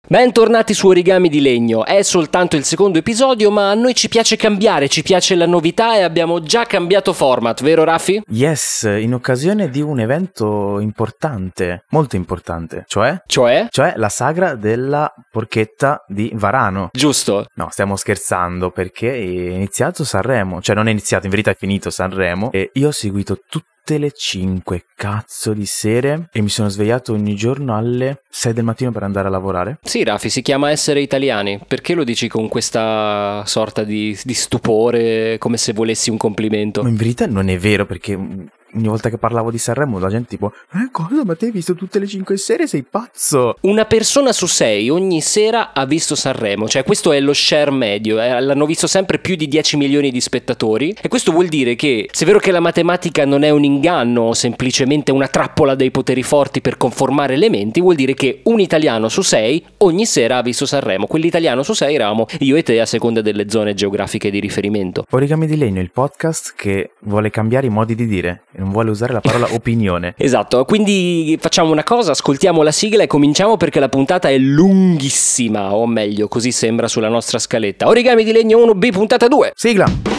Bentornati su Origami di Legno. È soltanto il secondo episodio, ma a noi ci piace cambiare, ci piace la novità e abbiamo già cambiato format, vero Raffi? Yes, in occasione di un evento importante, molto importante, cioè la sagra della porchetta di Varano. Giusto. No, stiamo scherzando perché è iniziato Sanremo, cioè non è iniziato, in verità è finito Sanremo e io ho seguito tutte le 5 cazzo di sere e mi sono svegliato ogni giorno alle 6 del mattino per andare a lavorare. Sì, Raffi, si chiama essere italiani. Perché lo dici con questa sorta di stupore, come se volessi un complimento? Ma in verità non è vero, perché ogni volta che parlavo di Sanremo la gente tipo cosa? Ma te hai visto tutte le 5 sere? Sei pazzo? Una persona su 6 ogni sera ha visto Sanremo. Cioè questo è lo share medio. L'hanno visto sempre più di 10 milioni di spettatori. E questo vuol dire che, se è vero che la matematica non è un inganno o semplicemente una trappola dei poteri forti per conformare elementi, vuol dire che un italiano su 6 ogni sera ha visto Sanremo. Quell'italiano su 6 eravamo io e te, a seconda delle zone geografiche di riferimento. Origami di Legno, il podcast che vuole cambiare i modi di dire, non vuole usare la parola opinione. Esatto, quindi facciamo una cosa, ascoltiamo la sigla e cominciamo, perché la puntata è lunghissima, o meglio, così sembra sulla nostra scaletta. Origami di Legno 1B, puntata 2. Sigla!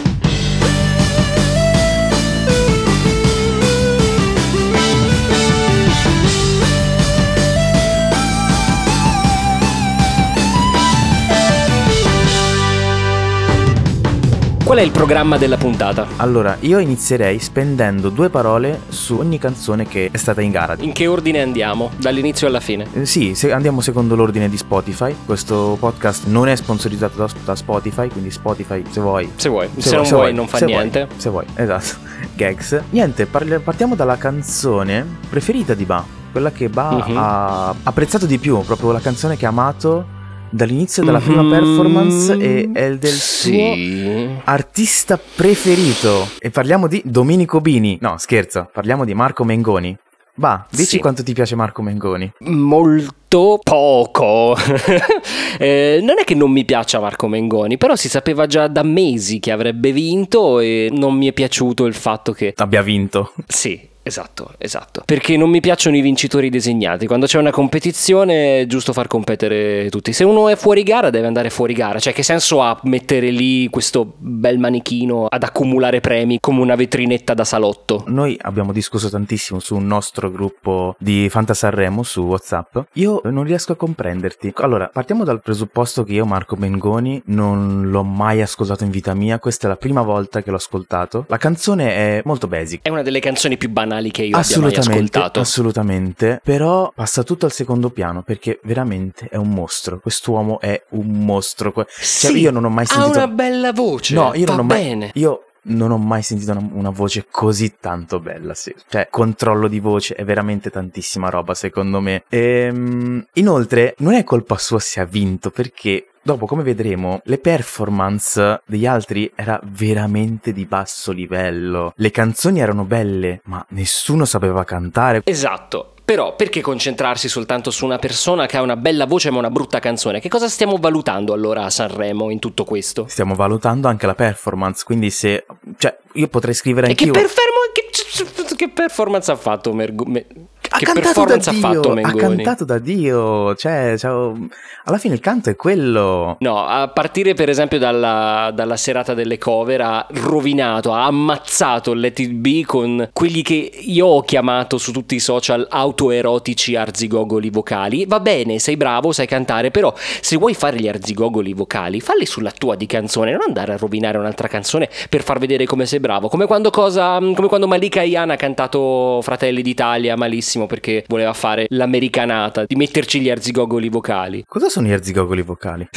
Qual è il programma della puntata? Allora, io inizierei spendendo 2 parole su ogni canzone che è stata in gara. In che ordine andiamo? Dall'inizio alla fine? Sì, andiamo secondo l'ordine di Spotify. Questo podcast non è sponsorizzato da Spotify, quindi Spotify se vuoi. Se non vuoi non fa niente. Se vuoi, esatto. Gags. Niente, partiamo dalla canzone preferita di Ba. Quella che Ba ha apprezzato di più, proprio la canzone che ha amato dall'inizio della prima performance e è del suo artista preferito. E parliamo di Domenico Bini. No, scherzo, parliamo di Marco Mengoni. Dici quanto ti piace Marco Mengoni? Molto poco. Non è che non mi piaccia Marco Mengoni, però si sapeva già da mesi che avrebbe vinto e non mi è piaciuto il fatto che abbia vinto. Sì. Esatto, perché non mi piacciono i vincitori designati. Quando c'è una competizione è giusto far competere tutti. Se uno è fuori gara deve andare fuori gara. Cioè, che senso ha mettere lì questo bel manichino ad accumulare premi come una vetrinetta da salotto? Noi abbiamo discusso tantissimo su un nostro gruppo di Fanta Sanremo su WhatsApp. Io non riesco a comprenderti. Allora, partiamo dal presupposto che io Marco Mengoni non l'ho mai ascoltato in vita mia. Questa è la prima volta che l'ho ascoltato. La canzone è molto basic. È una delle canzoni più banali che io abbia mai ascoltato. Assolutamente, però passa tutto al secondo piano perché veramente è un mostro. Quest'uomo è un mostro. Cioè, io non ho mai sentito. Ha una bella voce. No, io non ho mai. Bene. Io non ho mai sentito una voce così tanto bella, sì. Cioè, controllo di voce, è veramente tantissima roba, secondo me. Inoltre, non è colpa sua se ha vinto, perché dopo, come vedremo, le performance degli altri era veramente di basso livello. Le canzoni erano belle, ma nessuno sapeva cantare. Esatto. Però perché concentrarsi soltanto su una persona che ha una bella voce ma una brutta canzone? Che cosa stiamo valutando allora a Sanremo in tutto questo? Stiamo valutando anche la performance, quindi se... Cioè, io potrei scrivere anch'io... Che performance ha fatto Ha cantato da Dio, cioè, alla fine il canto è quello. No, a partire per esempio dalla serata delle cover ha rovinato, ha ammazzato Let It Be con quelli che io ho chiamato su tutti i social autoerotici arzigogoli vocali. Va bene, sei bravo, sai cantare, però se vuoi fare gli arzigogoli vocali, falli sulla tua di canzone, non andare a rovinare un'altra canzone per far vedere come sei bravo, come quando Malika Ayane ha cantato Fratelli d'Italia malissimo perché voleva fare l'americanata di metterci gli arzigogoli vocali. Cosa sono gli arzigogoli vocali?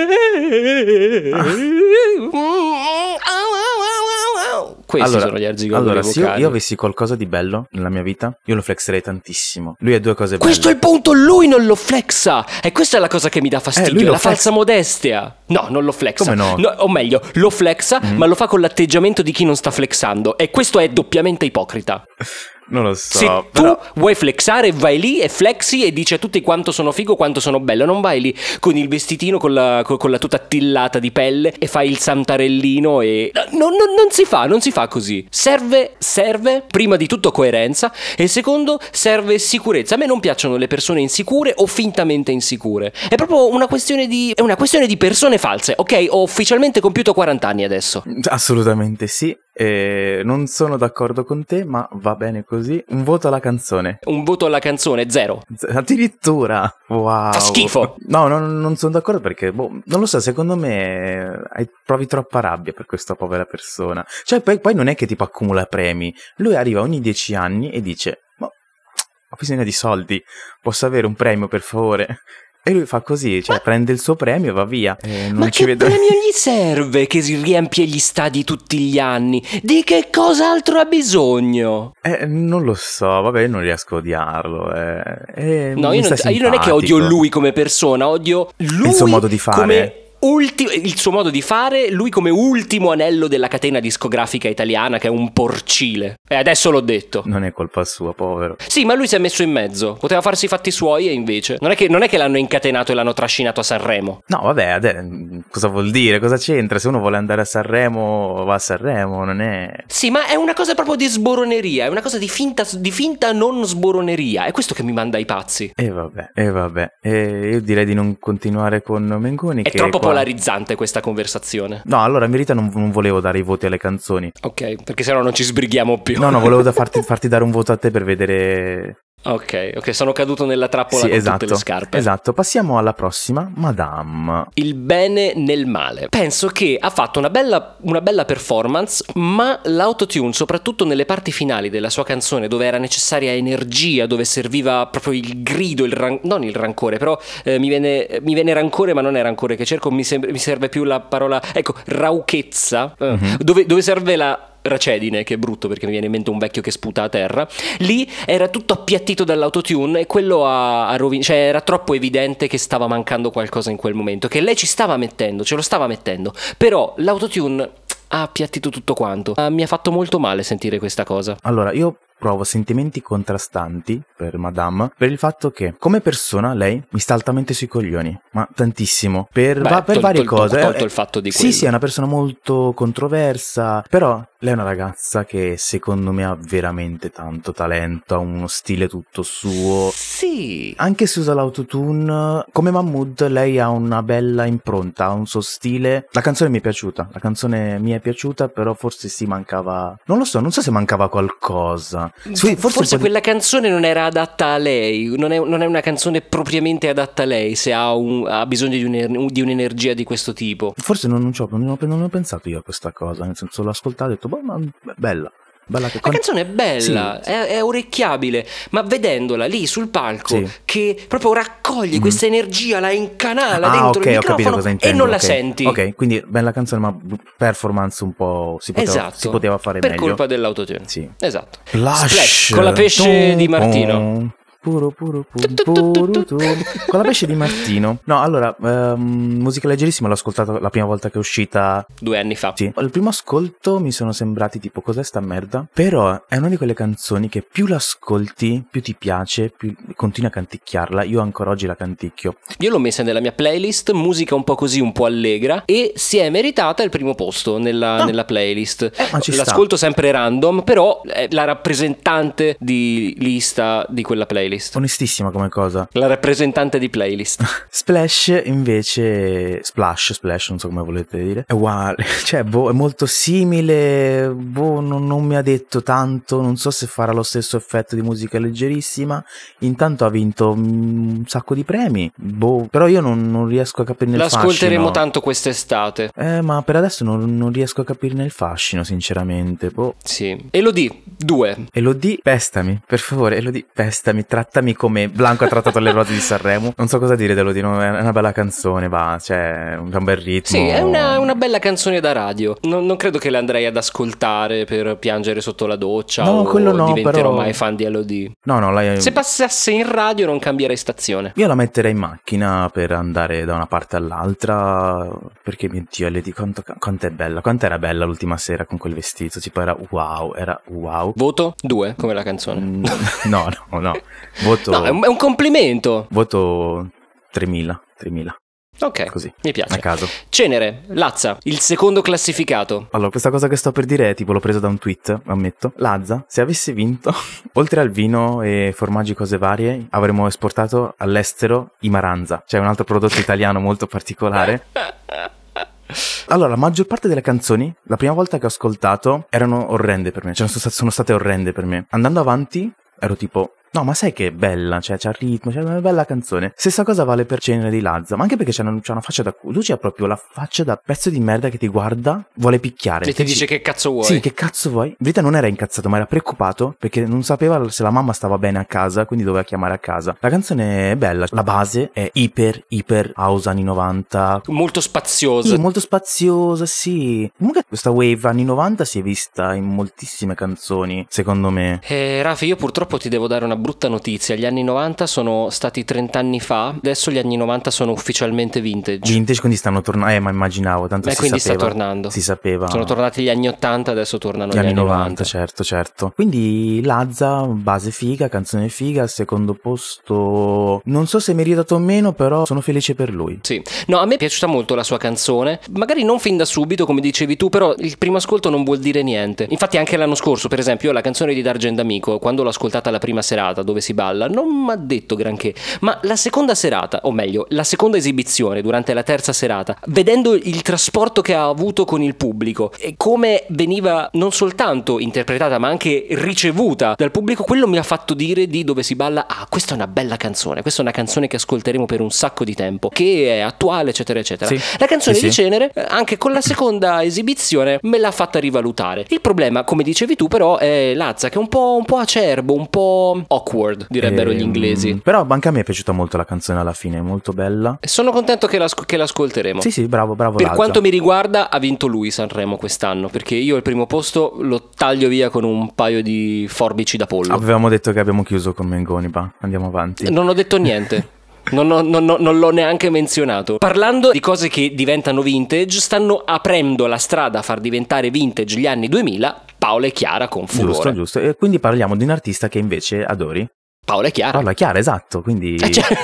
Questi sono gli arzigogoli vocali. Se io avessi qualcosa di bello nella mia vita, io lo flexerei tantissimo. Lui ha 2 cose belle. Questo è il punto, lui non lo flexa. E questa è la cosa che mi dà fastidio, la falsa modestia. No, non lo flexa. Come no? O meglio, lo flexa, ma lo fa con l'atteggiamento di chi non sta flexando. E questo è doppiamente ipocrita. Non lo so. Se però... tu vuoi flexare, vai lì e flexi e dici a tutti quanto sono figo, quanto sono bello. Non vai lì con il vestitino, con la tuta attillata di pelle e fai il santarellino e... Non si fa così. Serve prima di tutto coerenza e secondo serve sicurezza. A me non piacciono le persone insicure o fintamente insicure. È proprio una questione di persone false. Ok, ho ufficialmente compiuto 40 anni adesso. Assolutamente sì. Non sono d'accordo con te, ma va bene così. Un voto alla canzone. Un voto alla canzone, 0. Addirittura. Wow. Fa schifo. No, non sono d'accordo perché, non lo so, secondo me provi troppa rabbia per questa povera persona. Cioè, poi non è che tipo accumula premi. Lui arriva ogni 10 anni e dice, ma ho bisogno di soldi, posso avere un premio per favore? E lui fa così, cioè prende il suo premio e va via. Ma che premio gli serve che si riempie gli stadi tutti gli anni? Di che cos'altro ha bisogno? Non lo so, vabbè, io non riesco a odiarlo. No, io non è che odio lui come persona, odio lui il suo modo di fare. Come il suo modo di fare, lui come ultimo anello della catena discografica italiana, che è un porcile. E adesso l'ho detto. Non è colpa sua, povero. Sì, ma lui si è messo in mezzo. Poteva farsi i fatti suoi e invece non è che l'hanno incatenato e l'hanno trascinato a Sanremo. No, vabbè, cosa vuol dire? Cosa c'entra? Se uno vuole andare a Sanremo, va a Sanremo, non è... Sì, ma è una cosa proprio di sboroneria. È una cosa di finta non sboroneria. È questo che mi manda ai pazzi. E vabbè. Io direi di non continuare con Mengoni. È troppo polarizzante questa conversazione. No, allora in verità non volevo dare i voti alle canzoni. Ok, perché sennò non ci sbrighiamo più. No, volevo farti dare un voto a te per vedere... Ok, sono caduto nella trappola con tutte le scarpe. Esatto, passiamo alla prossima, Madame. Il bene nel male. Penso che ha fatto una bella performance, ma l'autotune, soprattutto nelle parti finali della sua canzone, dove era necessaria energia, dove serviva proprio il grido, non il rancore, però mi viene rancore, ma non è rancore che cerco, mi serve più la parola, ecco, rauchezza, dove serve la racedine, che è brutto perché mi viene in mente un vecchio che sputa a terra. Lì era tutto appiattito dall'autotune e quello cioè era troppo evidente che stava mancando qualcosa in quel momento, che lei ce lo stava mettendo, però l'autotune ha appiattito tutto quanto. Mi ha fatto molto male sentire questa cosa. Allora, io provo sentimenti contrastanti per Madame, per il fatto che come persona lei mi sta altamente sui coglioni, ma tantissimo, per varie cose. Tolto il fatto di quello. Sì, è una persona molto controversa, però lei è una ragazza che secondo me ha veramente tanto talento, ha uno stile tutto suo. Sì. Anche se usa l'autotune, come Mahmood lei ha una bella impronta, ha un suo stile. La canzone mi è piaciuta, però forse sì mancava, non so se mancava qualcosa. Forse quella canzone non era adatta a lei, non è una canzone propriamente adatta a lei, se ha bisogno di un'energia di questo tipo. Forse non ho pensato io a questa cosa, nel senso l'ho ascoltato e ho detto, ma bella. La canzone è bella, sì. è orecchiabile, ma vedendola lì sul palco, sì, che proprio raccoglie questa energia, la incanala dentro il microfono e non la senti. Ok, quindi bella canzone, ma performance un po' si poteva fare per meglio. Per colpa dell'autotune. Sì. Esatto. Splash con la pesce di Martino. Con la pesce di Martino. No, allora, musica leggerissima l'ho ascoltato la prima volta che è uscita 2 anni fa. Sì. Al primo ascolto mi sono sembrati tipo, cos'è sta merda? Però è una di quelle canzoni che più l'ascolti, più ti piace, più continui a canticchiarla. Io ancora oggi la canticchio. Io l'ho messa nella mia playlist, musica un po' così, un po' allegra, e si è meritata il primo posto nella playlist. L'ascolto sempre random, però è la rappresentante di lista di quella playlist. Onestissima come cosa. La rappresentante di playlist. Splash invece, Splash, non so come volete dire, è uguale, cioè è molto simile, non mi ha detto tanto, non so se farà lo stesso effetto di musica leggerissima. Intanto ha vinto un sacco di premi, però io non riesco a capirne il fascino. L'ascolteremo tanto quest'estate. Ma per adesso non riesco a capirne il fascino, sinceramente. Sì. Elodie 2. Elodie, pestami, per favore, Elodie, pestami, trattami come Blanco ha trattato le rose di Sanremo. Non so cosa dire dell'Elodie, è una bella canzone, va, c'è un bel ritmo. Sì, è una bella canzone da radio. Non credo che la andrei ad ascoltare per piangere sotto la doccia, no, o quello no, diventerò però... mai fan di Elodie. No, Se passasse in radio non cambierei stazione. Io la metterei in macchina per andare da una parte all'altra, perché mio Dio, Elodie quanto è bella, quanto era bella l'ultima sera con quel vestito, tipo era wow. Voto 2 come la canzone. No. Voto... No, è un complimento. Voto 3000. Ok, così, mi piace. a caso. Cenere, Lazza, il secondo classificato. Allora, questa cosa che sto per dire è tipo, l'ho presa da un tweet, ammetto. Lazza, se avesse vinto, oltre al vino e formaggi cose varie, avremmo esportato all'estero i Maranza, cioè un altro prodotto italiano molto particolare. Allora, la maggior parte delle canzoni, la prima volta che ho ascoltato, erano orrende per me, cioè sono state orrende per me. Andando avanti, ero tipo... No, ma sai che è bella, cioè c'ha il ritmo, c'è una bella canzone. Stessa cosa vale per Cenere di Lazza, ma anche perché c'ha una faccia da culo. Lui c'ha proprio la faccia da pezzo di merda che ti guarda, vuole picchiare. E ti dice che cazzo vuoi? Sì, che cazzo vuoi? In verità non era incazzato, ma era preoccupato perché non sapeva se la mamma stava bene a casa, quindi doveva chiamare a casa. La canzone è bella, la base è iper house anni 90. Molto spaziosa. Sì, molto spaziosa, sì. Comunque questa wave anni 90 si è vista in moltissime canzoni, secondo me. Rafi, io purtroppo ti devo dare una brutta notizia. Gli anni 90 sono stati 30 anni fa, adesso gli anni 90 sono ufficialmente vintage. Vintage, quindi stanno tornando, ma immaginavo, tanto si quindi sapeva. sta tornando. Si sapeva. Sono tornati gli anni 80, adesso tornano gli anni 90. Certo. Quindi Lazza, base figa, canzone figa, al secondo posto non so se meritato o meno, però sono felice per lui. Sì. No, a me è piaciuta molto la sua canzone, magari non fin da subito come dicevi tu, però il primo ascolto non vuol dire niente. Infatti anche l'anno scorso, per esempio, io la canzone di Dargen D'Amico, quando l'ho ascoltata la prima serata dove si balla, non mi ha detto granché, ma la seconda serata, o meglio la seconda esibizione durante la terza serata, vedendo il trasporto che ha avuto con il pubblico e come veniva non soltanto interpretata ma anche ricevuta dal pubblico, quello mi ha fatto dire di Dove si balla, questa è una bella canzone, questa è una canzone che ascolteremo per un sacco di tempo, che è attuale eccetera eccetera. Sì. La canzone di Sì. Cenere anche con la seconda esibizione me l'ha fatta rivalutare. Il problema, come dicevi tu, però è Lazza, che è un po' acerbo, un po' awkward, direbbero gli inglesi. Però anche a me è piaciuta molto la canzone alla fine, è molto bella. E sono contento che l'ascolteremo. Sì, bravo Per Lazza. quanto mi riguarda ha vinto lui Sanremo quest'anno, perché io il primo posto lo taglio via con un paio di forbici da pollo. Avevamo detto che abbiamo chiuso con Mengoni, andiamo avanti. Non ho detto niente. Non l'ho neanche menzionato. Parlando di cose che diventano vintage, stanno aprendo la strada a far diventare vintage gli anni 2000 Paola e Chiara con Furore. Giusto. E quindi parliamo di un artista che invece adori. Paola e Chiara. Paola Chiara, esatto, quindi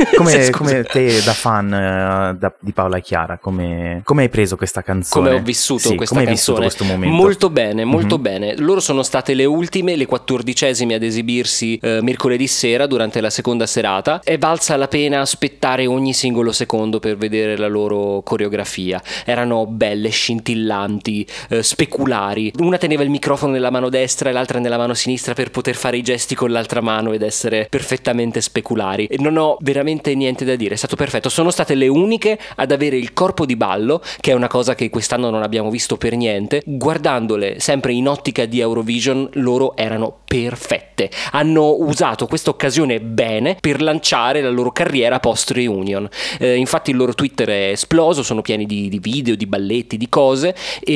come te da fan di Paola Chiara, come hai preso questa canzone? Come ho vissuto questa come canzone? Hai vissuto questo momento? Molto bene. Loro sono state le ultime, le 14esime ad esibirsi mercoledì sera durante la seconda serata. È valsa la pena aspettare ogni singolo secondo per vedere la loro coreografia. Erano belle, scintillanti, speculari. Una teneva il microfono nella mano destra e l'altra nella mano sinistra per poter fare i gesti con l'altra mano ed essere perfettamente speculari, e non ho veramente niente da dire, è stato perfetto. Sono state le uniche ad avere il corpo di ballo, che è una cosa che quest'anno non abbiamo visto per niente. Guardandole sempre in ottica di Eurovision, loro erano perfette, hanno usato questa occasione bene per lanciare la loro carriera post reunion. Infatti il loro Twitter è esploso, sono pieni di video, di balletti, di cose,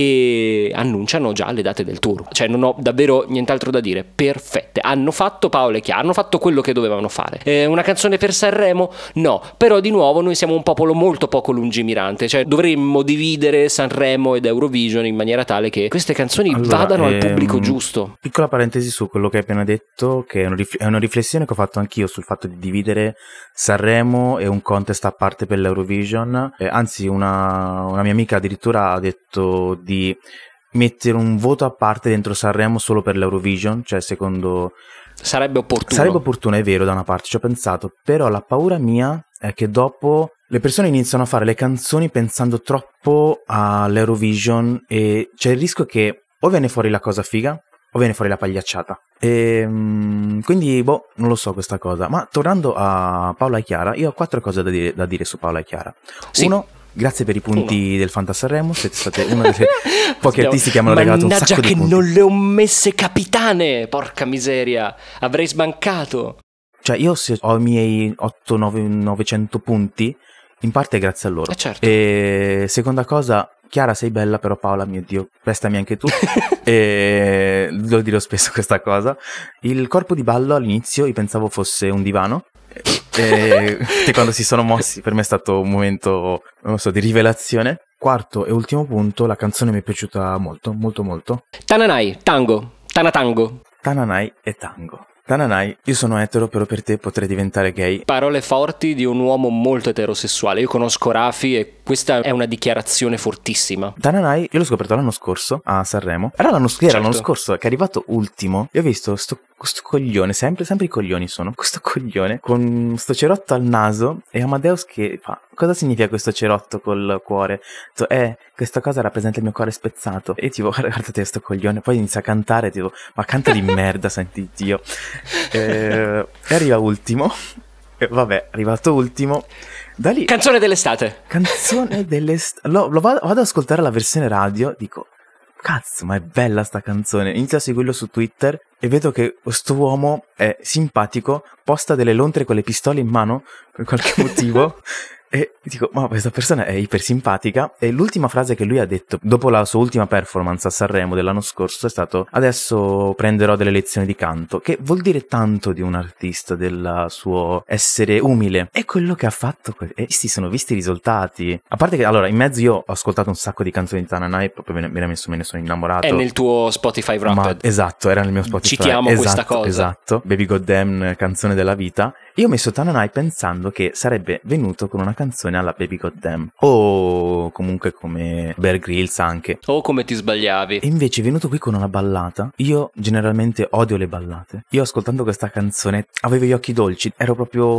e annunciano già le date del tour. Cioè non ho davvero nient'altro da dire, perfette. Hanno fatto Paola e Chiara, hanno fatto quello che dovevano fare. Una canzone per Sanremo? No, però di nuovo noi siamo un popolo molto poco lungimirante, cioè dovremmo dividere Sanremo ed Eurovision in maniera tale che queste canzoni vadano al pubblico giusto. Piccola parentesi su quello che hai appena detto, che è una riflessione che ho fatto anch'io sul fatto di dividere Sanremo e un contest a parte per l'Eurovision. Anzi, una mia amica addirittura ha detto di mettere un voto a parte dentro Sanremo solo per l'Eurovision, cioè secondo... Sarebbe opportuno, è vero, da una parte ci ho pensato, però la paura mia è che dopo le persone iniziano a fare le canzoni pensando troppo all'Eurovision e c'è il rischio che o viene fuori la cosa figa o viene fuori la pagliacciata. Quindi non lo so questa cosa. Ma tornando a Paola e Chiara, io ho 4 cose da dire su Paola e Chiara. Sì. 1, grazie per i punti del Fantasarremo, siete state uno dei pochi artisti che mi hanno regalato un sacco di punti. Mannaggia che non le ho messe capitane, porca miseria, avrei sbancato. Cioè io se ho i miei 800-900 punti, in parte è grazie a loro. Certo. E seconda cosa, Chiara sei bella, però Paola, mio Dio, prestami anche tu. E lo dirò spesso questa cosa. Il corpo di ballo all'inizio io pensavo fosse un divano. E quando si sono mossi per me è stato un momento, non so, di rivelazione. Quarto e ultimo punto, la canzone mi è piaciuta molto, molto, molto. Tananai, tango, Tanatango. Tananai e tango. Tananai, io sono etero, però per te potrei diventare gay. Parole forti di un uomo molto eterosessuale. Io conosco Rafi e questa è una dichiarazione fortissima. Tananai, io l'ho scoperto l'anno scorso a Sanremo. Era l'anno scorso che è arrivato ultimo. Io ho visto sto coglione, sempre i coglioni sono. Questo coglione con sto cerotto al naso e Amadeus che fa: cosa significa questo cerotto col cuore? Questa cosa rappresenta il mio cuore spezzato. E tipo, guardate sto coglione. Poi inizia a cantare, tipo, ma canta di merda, senti Dio. E arriva ultimo. Vabbè, arrivato ultimo. Da lì, Canzone dell'estate. Vado ad ascoltare la versione radio, dico: cazzo, ma è bella sta canzone. Inizio a seguirlo su Twitter e vedo che questo uomo è simpatico, posta delle lontre con le pistole in mano per qualche motivo. E dico, ma questa persona è iper simpatica. E l'ultima frase che lui ha detto dopo la sua ultima performance a Sanremo dell'anno scorso è stato: adesso prenderò delle lezioni di canto, che vuol dire tanto di un artista, del suo essere umile. È quello che ha fatto e si sono visti i risultati. A parte che, allora, in mezzo io ho ascoltato un sacco di canzoni di Tananai, proprio me ne sono innamorato. È nel tuo Spotify Wrapped. Esatto, era nel mio Spotify. Citiamo questa cosa. Esatto, Baby Goddamn, canzone della vita. Io ho messo Tananai pensando che sarebbe venuto con una canzone alla Baby Goddamn, o comunque come Bear Grylls anche, o come Ti sbagliavi. e invece è venuto qui con una ballata. Io generalmente odio le ballate. Io ascoltando questa canzone avevo gli occhi dolci, ero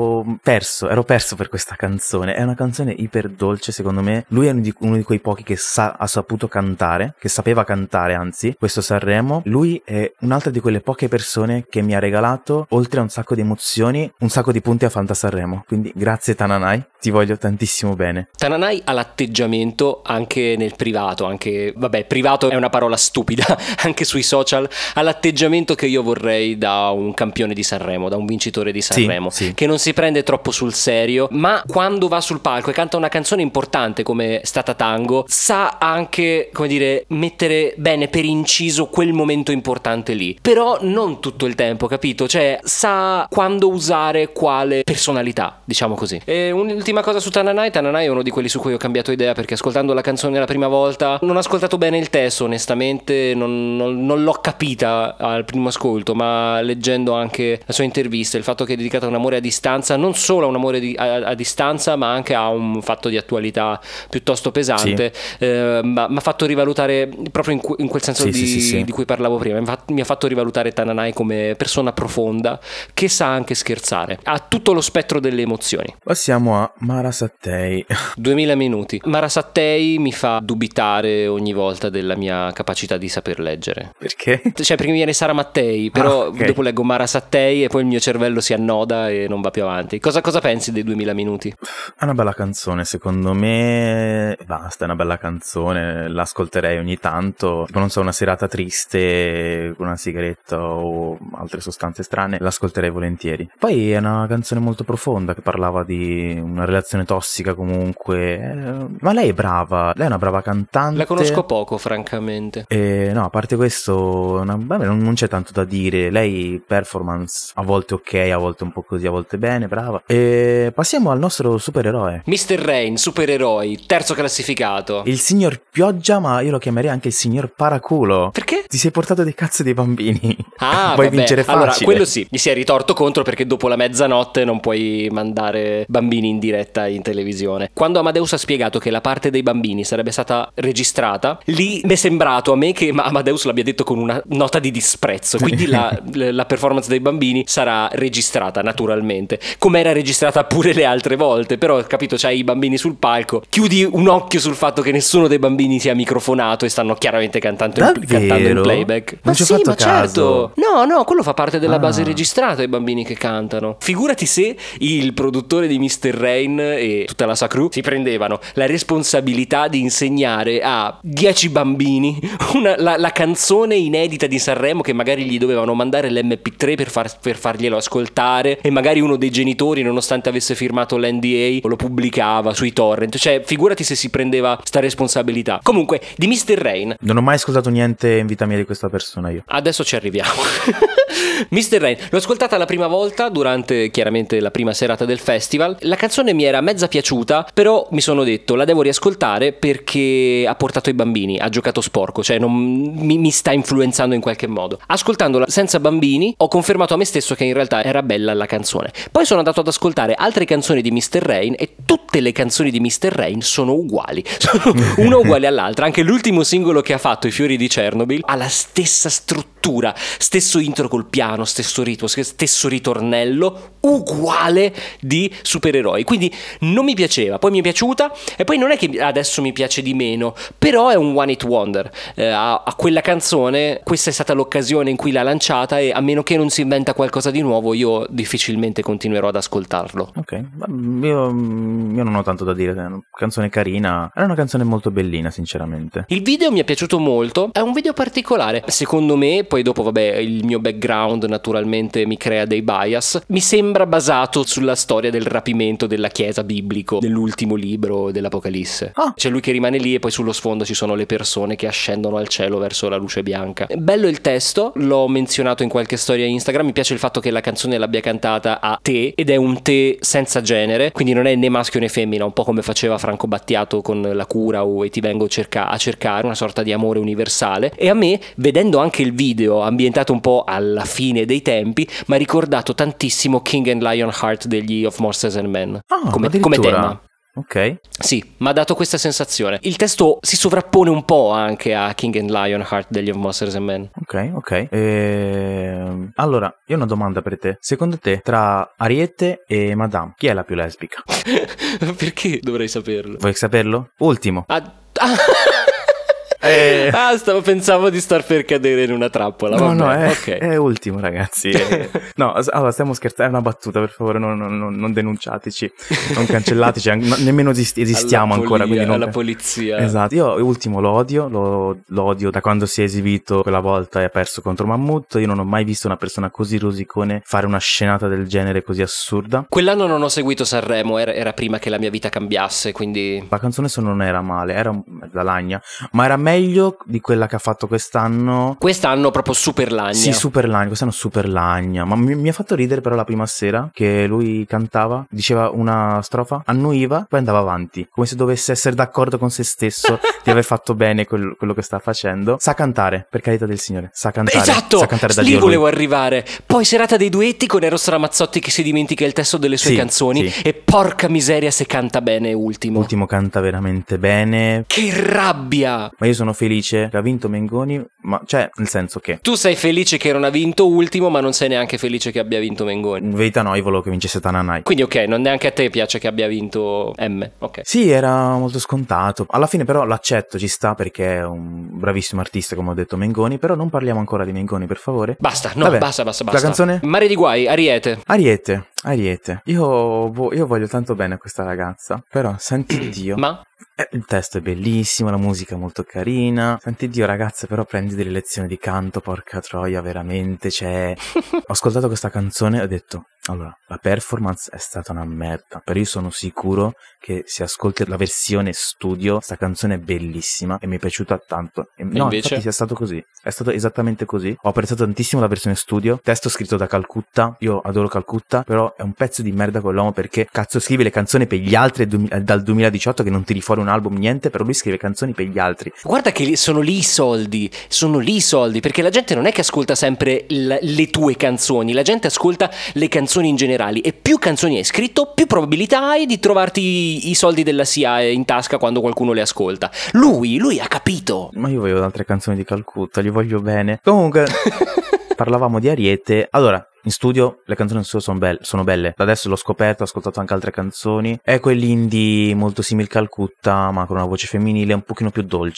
perso per questa canzone. È una canzone iper dolce, secondo me. Lui è uno di quei pochi che ha saputo cantare, che sapeva cantare, anzi, questo Sanremo. Lui è un'altra di quelle poche persone che mi ha regalato, oltre a un sacco di emozioni, un sacco di punti a Fanta Sanremo. Quindi grazie Tananai, ti voglio tantissimo bene. Tananai ha l'atteggiamento anche nel privato, anche, vabbè, privato è una parola stupida, anche sui social, ha l'atteggiamento che io vorrei da un campione di Sanremo, da un vincitore di Sanremo, sì. Che non si prende troppo sul serio, ma quando va sul palco e canta una canzone importante come Stata Tango, sa anche, come dire, mettere bene per inciso quel momento importante lì, però non tutto il tempo, capito? Cioè, sa quando usare quale personalità, diciamo così. E un'ultima cosa su Tananai è uno di quelli su cui ho cambiato idea, perché ascoltando la canzone la prima volta non ho ascoltato bene il testo, onestamente non l'ho capita al primo ascolto, ma leggendo anche la sua intervista, il fatto che è dedicata a un amore a distanza, non solo a un amore a distanza, ma anche a un fatto di attualità piuttosto pesante, sì. Mi ha fatto rivalutare proprio in quel senso di cui parlavo prima, mi ha fatto rivalutare Tananai come persona profonda che sa anche scherzare, ha tutto lo spettro delle emozioni. Passiamo a Mara Sattei. 2000 minuti. Mara Sattei mi fa dubitare ogni volta della mia capacità di saper leggere. Perché? Cioè, perché mi viene Sara Mattei, però okay. Dopo leggo Mara Sattei e poi il mio cervello si annoda e non va più avanti. Cosa pensi dei 2000 minuti? È una bella canzone, secondo me. Basta, è una bella canzone, l'ascolterei ogni tanto. Tipo, non so, una serata triste con una sigaretta o altre sostanze strane, l'ascolterei volentieri. Poi è una canzone molto profonda che parlava di una relazione tossica comunque. Ma lei è brava, lei è una brava cantante. La conosco poco, francamente. No, a parte questo, vabbè, non c'è tanto da dire. Lei performance a volte ok, a volte un po' così, a volte bene, brava. E passiamo al nostro supereroe, Mr. Rain, supereroi, terzo classificato. Il signor Pioggia, ma io lo chiamerei anche il signor Paraculo. Perché? Ti sei portato dei cazzo dei bambini. Ah, vuoi vabbè. vincere facile. Allora, quello sì, gli si è ritorto contro perché dopo la mezzanotte non puoi mandare bambini in diretta in televisione. Quando Amadeus ha spiegato che la parte dei bambini sarebbe stata registrata, lì mi è sembrato a me che Amadeus l'abbia detto con una nota di disprezzo, quindi la performance dei bambini sarà registrata naturalmente, come era registrata pure le altre volte, però capito, c'hai i bambini sul palco, chiudi un occhio sul fatto che nessuno dei bambini sia microfonato e stanno chiaramente cantando in playback. Non ci ho fatto caso. Certo. No, quello fa parte della base registrata, i bambini che cantano. Figurati se il produttore di Mr. Rain e tutta la sua crew si prendevano la responsabilità di insegnare a 10 bambini la canzone inedita di Sanremo, che magari gli dovevano mandare l'MP3 per farglielo ascoltare, e magari uno dei genitori, nonostante avesse firmato l'NDA, lo pubblicava sui torrent. Cioè, figurati se si prendeva sta responsabilità. Comunque, di Mr. Rain non ho mai ascoltato niente in vita mia di questa persona io. adesso ci arriviamo. Mr. Rain l'ho ascoltata la prima volta durante chiaramente la prima serata del festival. La canzone mi era mezza piaciuta, però mi sono detto la devo riascoltare perché ha portato i bambini, ha giocato sporco, cioè non mi sta influenzando in qualche modo. Ascoltandola senza bambini ho confermato a me stesso che in realtà era bella la canzone. Poi sono andato ad ascoltare altre canzoni di Mr. Rain e tutte le canzoni di Mr. Rain sono uguali, sono una uguale all'altra. Anche l'ultimo singolo che ha fatto, I fiori di Chernobyl, ha la stessa struttura, stesso intro col piano, stesso ritmo, stesso ritornello, uguale di supereroi. Quindi non mi piaceva, poi mi è piaciuta, e poi non è che adesso mi piace di meno, però è un one hit wonder. A quella canzone questa è stata l'occasione in cui l'ha lanciata, e a meno che non si inventa qualcosa di nuovo io difficilmente continuerò ad ascoltarlo. Ok, io non ho tanto da dire, è una canzone carina, era una canzone molto bellina sinceramente. Il video mi è piaciuto molto, è un video particolare secondo me, poi dopo vabbè il mio background naturalmente mi crea dei bias. Mi sembra basato sulla storia del rapimento della chiesa biblico nell'ultimo libro dell'Apocalisse. C'è lui che rimane lì e poi sullo sfondo ci sono le persone che ascendono al cielo verso la luce bianca. Bello il testo, l'ho menzionato in qualche storia Instagram. Mi piace il fatto che la canzone l'abbia cantata a te, ed è un te senza genere, quindi non è né maschio né femmina, un po' come faceva Franco Battiato con La cura o E ti vengo a cercare, una sorta di amore universale. E a me, vedendo anche il video ambientato un po' alla fine dei tempi, mi ha ricordato tantissimo King and Lionheart degli Of Monsters and Men come tema. Ok. Sì, mi ha dato questa sensazione. Il testo si sovrappone un po' anche a King and Lionheart degli Of Monsters and Men. Ok. Allora, io ho una domanda per te. Secondo te, tra Ariete e Madame, chi è la più lesbica? Perché dovrei saperlo? Vuoi saperlo? Ultimo. Pensavo di star per cadere in una trappola. No, okay. È ultimo, ragazzi. No, allora stiamo scherzando, è una battuta, per favore, non denunciateci, non cancellateci, nemmeno esistiamo ancora. Quindi alla polizia. Esatto, io ultimo lo odio da quando si è esibito quella volta e ha perso contro Mammut. Io non ho mai visto una persona così rosicone fare una scenata del genere così assurda. Quell'anno non ho seguito Sanremo, era prima che la mia vita cambiasse, quindi... La canzone non era male, era da lagna, ma era meglio di quella che ha fatto quest'anno. Quest'anno proprio super lagna. Sì, super lagna, quest'anno super lagna. Ma mi ha fatto ridere però la prima sera che lui cantava, diceva una strofa, annuiva, poi andava avanti, come se dovesse essere d'accordo con se stesso di aver fatto bene quello che sta facendo. Sa cantare, per carità del Signore, sa cantare. Esatto, sa cantare da lì Dio volevo arrivare. Poi serata dei duetti con Eros Ramazzotti che si dimentica il testo delle sue canzoni, e porca miseria se canta bene Ultimo. Ultimo canta veramente bene. Che rabbia! Ma io sono felice che ha vinto Mengoni, ma cioè nel senso che tu sei felice che non ha vinto Ultimo, ma non sei neanche felice che abbia vinto Mengoni. In verità no, io volevo che vincesse Tananai. Quindi ok, non neanche a te piace che abbia vinto M. Ok. Sì, era molto scontato. Alla fine però l'accetto, ci sta, perché è un bravissimo artista, come ho detto, Mengoni. Però non parliamo ancora di Mengoni, per favore. Basta, no, vabbè, basta. La canzone? Mare di guai, Ariete. Io voglio tanto bene a questa ragazza, però senti Dio. Ma? Il testo è bellissimo, la musica è molto carina. Senti Dio, ragazza, però prendi delle lezioni di canto, porca troia, veramente. Cioè, ho ascoltato questa canzone e ho detto, allora, la performance è stata una merda, però io sono sicuro che se ascolti la versione studio, sta canzone è bellissima e mi è piaciuta tanto. No, invece? Infatti è stato così, è stato esattamente così. Ho apprezzato tantissimo la versione studio, testo scritto da Calcutta, io adoro Calcutta, però è un pezzo di merda quell'uomo, perché cazzo scrive le canzoni per gli altri dal 2018 che non tiri fuori un album, niente, però lui scrive canzoni per gli altri. Guarda che sono lì i soldi, perché la gente non è che ascolta sempre le tue canzoni, la gente ascolta le canzoni in generali, e più canzoni hai scritto, più probabilità hai di trovarti i soldi della SIAE in tasca quando qualcuno le ascolta. Lui ha capito. Ma io voglio altre canzoni di Calcutta, gli voglio bene. Comunque parlavamo di Ariete. Allora, in studio le canzoni sono belle. Da adesso l'ho scoperto, ho ascoltato anche altre canzoni. È quell'indie molto simile Calcutta, ma con una voce femminile un pochino più dolce.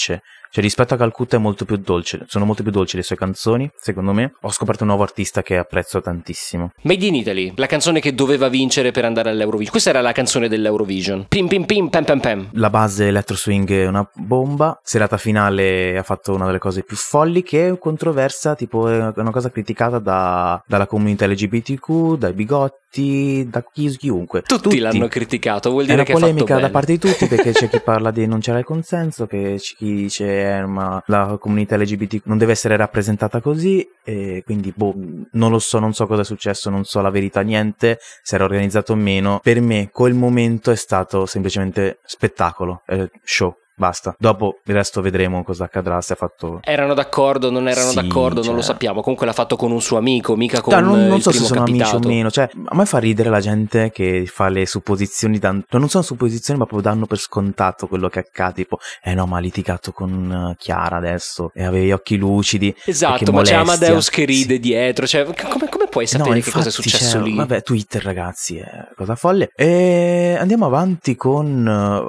Cioè rispetto a Calcutta è molto più dolce, sono molto più dolci le sue canzoni, secondo me. Ho scoperto un nuovo artista che apprezzo tantissimo. Made in Italy, la canzone che doveva vincere per andare all'Eurovision. Questa era la canzone dell'Eurovision. Pim pim pim pam pam pam. La base electro swing è una bomba. Serata finale ha fatto una delle cose più folli, che è controversa, tipo è una cosa criticata dalla comunità LGBTQ, dai bigotti, da chiunque. Tutti l'hanno criticato, vuol dire che è una polemica da parte di tutti, perché c'è chi parla di non c'era il consenso, che c'è chi dice ma la comunità LGBT non deve essere rappresentata così, e quindi non lo so, non so cosa è successo, non so la verità, niente, se era organizzato o meno. Per me quel momento è stato semplicemente spettacolo, show. Basta. Dopo il resto vedremo cosa accadrà, se ha fatto... Erano d'accordo, non erano d'accordo, non lo sappiamo. Comunque l'ha fatto con un suo amico, mica con non so il se sono capitato. amici o meno. Cioè, a me fa ridere la gente che fa le supposizioni, non sono supposizioni, ma proprio danno per scontato quello che accade. Tipo, no, ma ha litigato con Chiara adesso e aveva gli occhi lucidi. Esatto, ma c'è Amadeus che ride dietro. Cioè, come puoi sapere che cosa è successo lì? Vabbè, Twitter, ragazzi, è cosa folle. E andiamo avanti con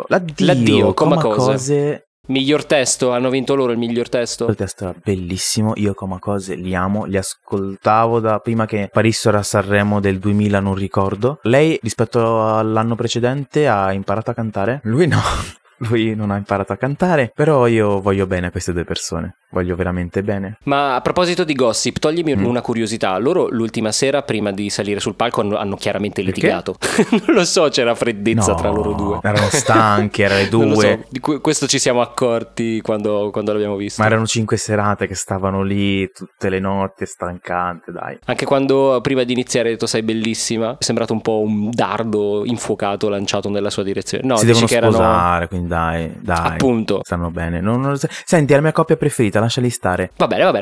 l'addio Coma Cose. Miglior testo, hanno vinto loro il miglior testo. Il testo era bellissimo, io Coma Cose li amo, li ascoltavo da prima che apparissero a Sanremo del 2000, non ricordo. Lei rispetto all'anno precedente ha imparato a cantare, lui no. Lui non ha imparato a cantare, però io voglio bene a queste due persone, voglio veramente bene. Ma a proposito di gossip, toglimi una curiosità. Loro l'ultima sera, prima di salire sul palco, hanno chiaramente litigato. Non lo so, c'era freddezza tra loro due. Erano stanchi, erano le due. Non lo so, di questo ci siamo accorti quando l'abbiamo visto. Ma erano 5 serate che stavano lì tutte le notti, stancante, dai. Anche quando prima di iniziare hai detto sei bellissima, è sembrato un po' un dardo infuocato lanciato nella sua direzione. No, si devono sposare, quindi dai, appunto, stanno bene. Senti, è la mia coppia preferita, lasciali stare. Va bene.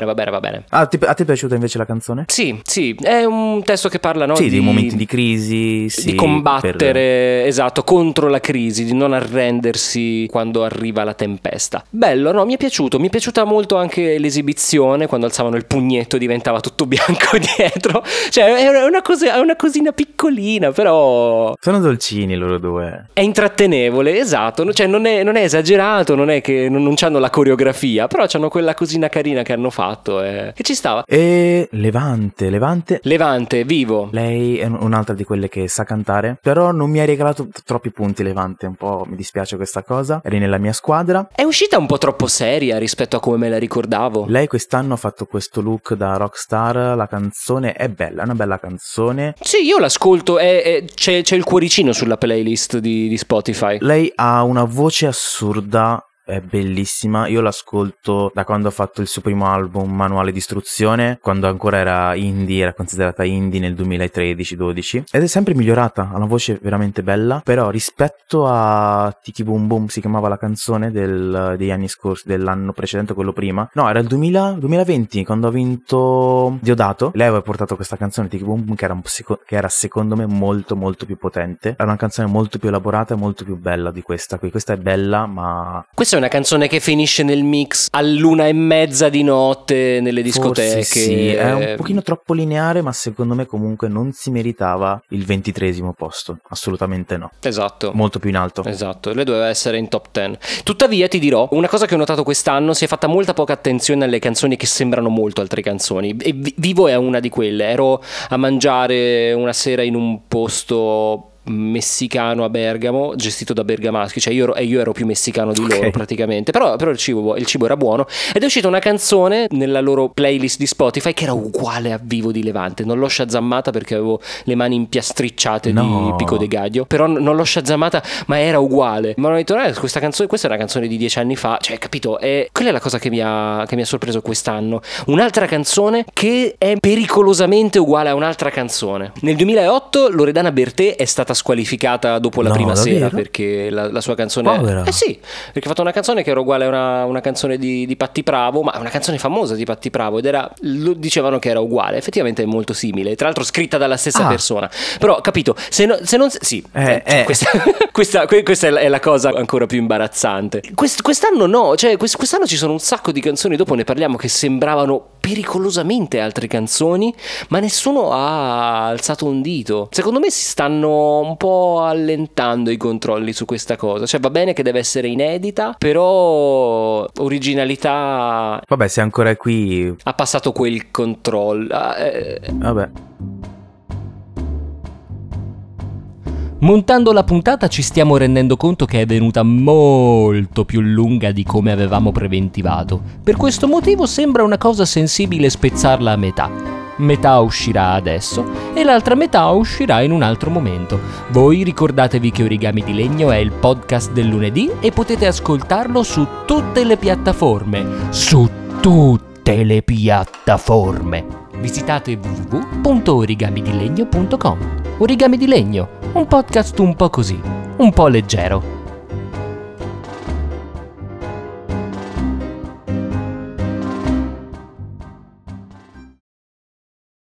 A te è piaciuta invece la canzone? Sì, è un testo che parla, no? Sì, di momenti di crisi, di combattere, esatto, contro la crisi, di non arrendersi quando arriva la tempesta. Bello, no? Mi è piaciuta molto anche l'esibizione, quando alzavano il pugnetto diventava tutto bianco dietro. Cioè è una cosina piccolina, però sono dolcini loro due. È intrattenevole, esatto. Cioè non è esagerato, non è che non c'hanno la coreografia, però c'hanno quella cosina carina che hanno fatto, che ci stava. E Levante, vivo. Lei è un'altra di quelle che sa cantare, però non mi ha regalato troppi punti. Levante, un po' mi dispiace questa cosa, eri nella mia squadra. È uscita un po' troppo seria rispetto a come me la ricordavo. Lei quest'anno ha fatto questo look da rockstar, la canzone è bella, è una bella canzone. Sì, io l'ascolto, c'è il cuoricino sulla playlist di Spotify. Lei ha una voce assurda, è bellissima. Io l'ascolto da quando ha fatto il suo primo album Manuale di Istruzione, quando ancora era indie, era considerata indie nel 2013-12, ed è sempre migliorata, ha una voce veramente bella. Però rispetto a Tiki Boom Boom, si chiamava la canzone degli anni scorsi, dell'anno precedente, quello prima, no, era il 2020 quando ha vinto Diodato. Lei aveva portato questa canzone Tiki Boom Boom che era secondo me molto molto più potente, era una canzone molto più elaborata e molto più bella di questa qui. Questa è bella, ma questa è una canzone che finisce nel mix all'1:30 di notte nelle discoteche. Forse sì, è un pochino troppo lineare, ma secondo me comunque non si meritava il 23° posto, assolutamente no. Esatto. Molto più in alto. Esatto, lei doveva essere in top 10. Tuttavia ti dirò, una cosa che ho notato quest'anno, si è fatta molta poca attenzione alle canzoni che sembrano molto altre canzoni, e Vivo è una di quelle. Ero a mangiare una sera in un posto messicano a Bergamo, gestito da bergamaschi, cioè io ero più messicano di loro praticamente, però il cibo era buono, ed è uscita una canzone nella loro playlist di Spotify che era uguale a Vivo di Levante. Non l'ho shazammata perché avevo le mani impiastricciate di Pico de Gallo, però non l'ho shazammata, ma era uguale. Ma ho detto questa è una canzone di 10 anni fa, cioè capito, quella è la cosa che mi ha sorpreso quest'anno. Un'altra canzone che è pericolosamente uguale a un'altra canzone. Nel 2008 Loredana Bertè è stata squalificata dopo la prima davvero? sera perché la sua canzone sì, perché ha fatto una canzone che era uguale a una canzone di Patti Pravo, ma è una canzone famosa di Patti Pravo, ed dicevano che era uguale. Effettivamente è molto simile, tra l'altro scritta dalla stessa persona, però capito, questa è la cosa ancora più imbarazzante. Quest'anno no, cioè quest'anno ci sono un sacco di canzoni, dopo ne parliamo, che sembravano pericolosamente altre canzoni, ma nessuno ha alzato un dito. Secondo me si stanno un po' allentando i controlli su questa cosa. Cioè va bene che deve essere inedita, però originalità... Vabbè, se ancora è qui... Ha passato quel controllo. Vabbè. Montando la puntata ci stiamo rendendo conto che è venuta molto più lunga di come avevamo preventivato. Per questo motivo sembra una cosa sensibile spezzarla a metà. Metà uscirà adesso e l'altra metà uscirà in un altro momento. Voi ricordatevi che Origami di Legno è il podcast del lunedì e potete ascoltarlo su tutte le piattaforme. Su tutte le piattaforme. Visitate www.origamidilegno.com. Origami di Legno, un podcast un po' così, un po' leggero.